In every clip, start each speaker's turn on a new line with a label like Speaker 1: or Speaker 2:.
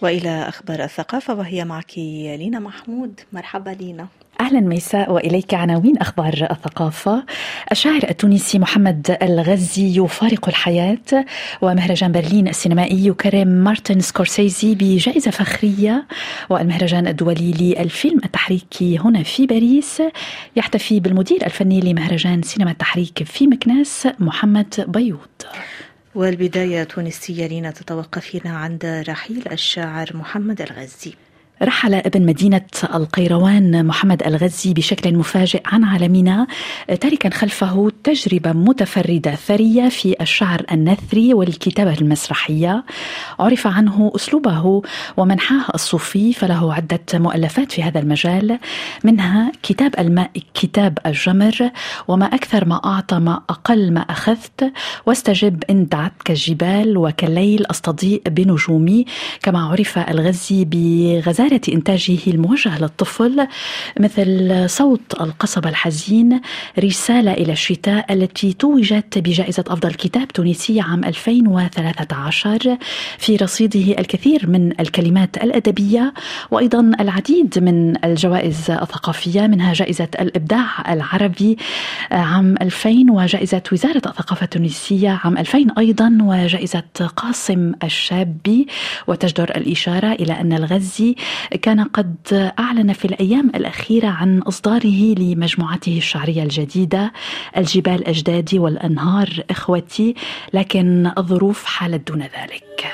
Speaker 1: وإلى أخبار الثقافة وهي معك لينا محمود. مرحبا لينا.
Speaker 2: أهلا ميساء، وإليك عناوين أخبار الثقافة. الشاعر التونسي محمد الغزي يفارق الحياة، ومهرجان برلين السينمائي يكرم مارتن سكورسيزي بجائزة فخرية، والمهرجان الدولي للفيلم التحريكي هنا في باريس يحتفي بالمدير الفني لمهرجان سينما التحريك في مكناس محمد بيوض.
Speaker 1: والبداية تونسية لينا، تتوقفين عند رحيل الشاعر محمد الغزي.
Speaker 2: رحل ابن مدينة القيروان محمد الغزي بشكل مفاجئ عن عالمنا، تاركا خلفه تجربة متفردة ثرية في الشعر النثري والكتابة المسرحية. عرف عنه أسلوبه ومنحاه الصوفي، فله عدة مؤلفات في هذا المجال، منها كتاب الماء كتاب الجمر، وما أكثر ما أعطى ما أقل ما أخذت، واستجب إن دعتك الجبال، وكالليل أستضيء بنجومي. كما عرف الغزي بغزارة إنتاجه الموجه للطفل، مثل صوت القصبة الحزين، رسالة إلى الشتاء، التي توجت بجائزة أفضل كتاب تونسي عام 2013. في رصيده الكثير من الكلمات الأدبية، وأيضا العديد من الجوائز الثقافية، منها جائزة الإبداع العربي عام 2000، وجائزة وزارة الثقافة التونسية عام 2000 أيضا، وجائزة قاسم الشابي. وتجدر الإشارة إلى أن الغزي كان قد أعلن في الأيام الأخيرة عن إصداره لمجموعته الشعرية الجديدة الجبال أجدادي والأنهار إخوتي، لكن الظروف حالت دون ذلك.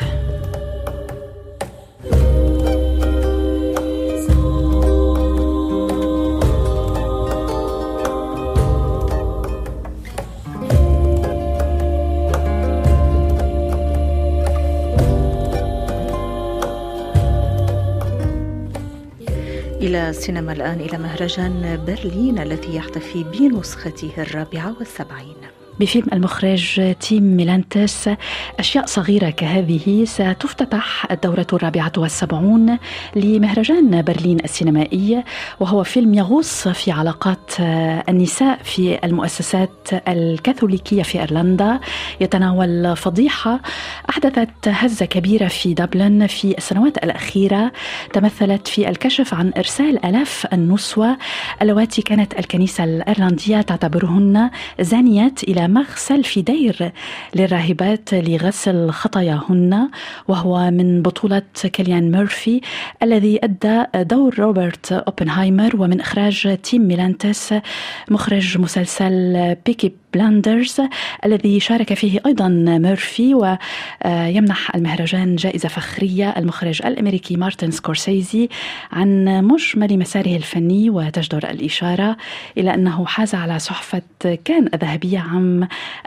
Speaker 1: إلى السينما الآن، إلى مهرجان برلين الذي يحتفي بنسخته 74.
Speaker 2: بفيلم المخرج تيم ميلانتس أشياء صغيرة كهذه ستفتتح الدورة 74 لمهرجان برلين السينمائي، وهو فيلم يغوص في علاقات النساء في المؤسسات الكاثوليكية في إيرلندا. يتناول فضيحة أحدثت هزة كبيرة في دبلن في السنوات الأخيرة، تمثلت في الكشف عن إرسال آلاف النسوة اللواتي كانت الكنيسة الإيرلندية تعتبرهن زانيات إلى مغسل في دير للراهبات لغسل خطاياهن، وهو من بطولة كيليان ميرفي الذي أدى دور روبرت أوبنهايمر، ومن إخراج تيم ميلانتس مخرج مسلسل بيكي بلاندرز الذي شارك فيه أيضا ميرفي. ويمنح المهرجان جائزة فخرية المخرج الأمريكي مارتن سكورسيزي عن مجمل مساره الفني. وتجدر الإشارة إلى أنه حاز على صحفة كان الذهبية عام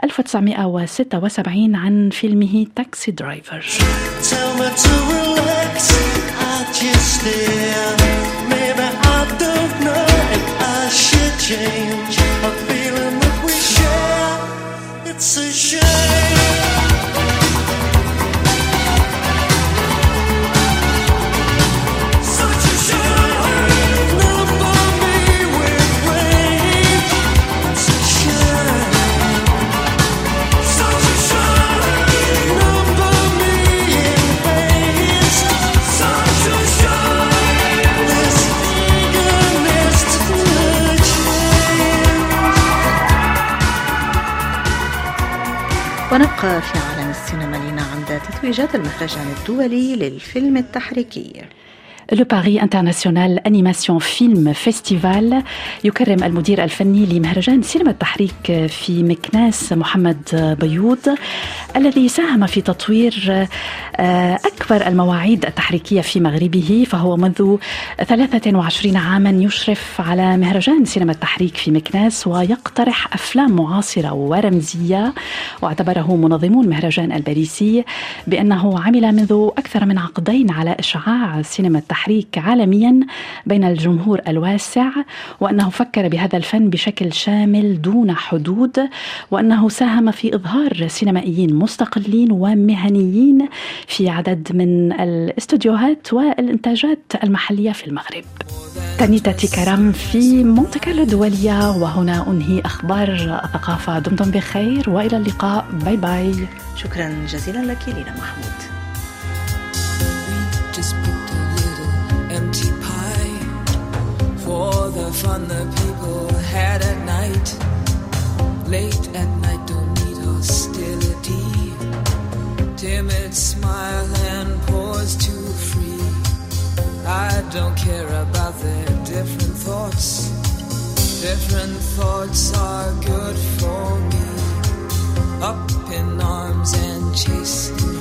Speaker 2: 1976 عن فيلمه تاكسي درايفر.
Speaker 3: It's a shame. Such a shame. Number me with rage. It's a shame. Such a shame. Number me in haste. Such a shame. This eagerness to change.
Speaker 1: ونبقى في عالم السينما لنا عند تتويجات المهرجان الدولي للفيلم التحريكي.
Speaker 2: لو باري انترناسيونال انيماسيون فيلم فيستيفال يكرم المدير الفني لمهرجان سينما التحريك في مكناس محمد بيوض، الذي ساهم في تطوير أكبر المواعيد التحريكية في مغربه. فهو منذ 23 عاما يشرف على مهرجان سينما التحريك في مكناس، ويقترح أفلام معاصرة ورمزية. واعتبره منظمون مهرجان الباريسي بأنه عمل منذ أكثر من عقدين على إشعاع سينما التحريك عالميا بين الجمهور الواسع، وأنه فكر بهذا الفن بشكل شامل دون حدود، وأنه ساهم في إظهار سينمائيين مستقلين ومهنيين في عدد من الاستوديوهات والإنتاجات المحلية في المغرب. تانيتاتي كرم في مونte كارلو الدولية، وهنا أنهي أخبار الثقافة. دمتم بخير وإلى اللقاء. باي باي.
Speaker 1: شكرا جزيلا لك لينا محمود.
Speaker 3: just picked a little empty pie for the fun the people had at night. Late at night don't need hostility. Timid smile and pause too free. I don't care about their different thoughts. Different thoughts are good for me. Up in arms and chasing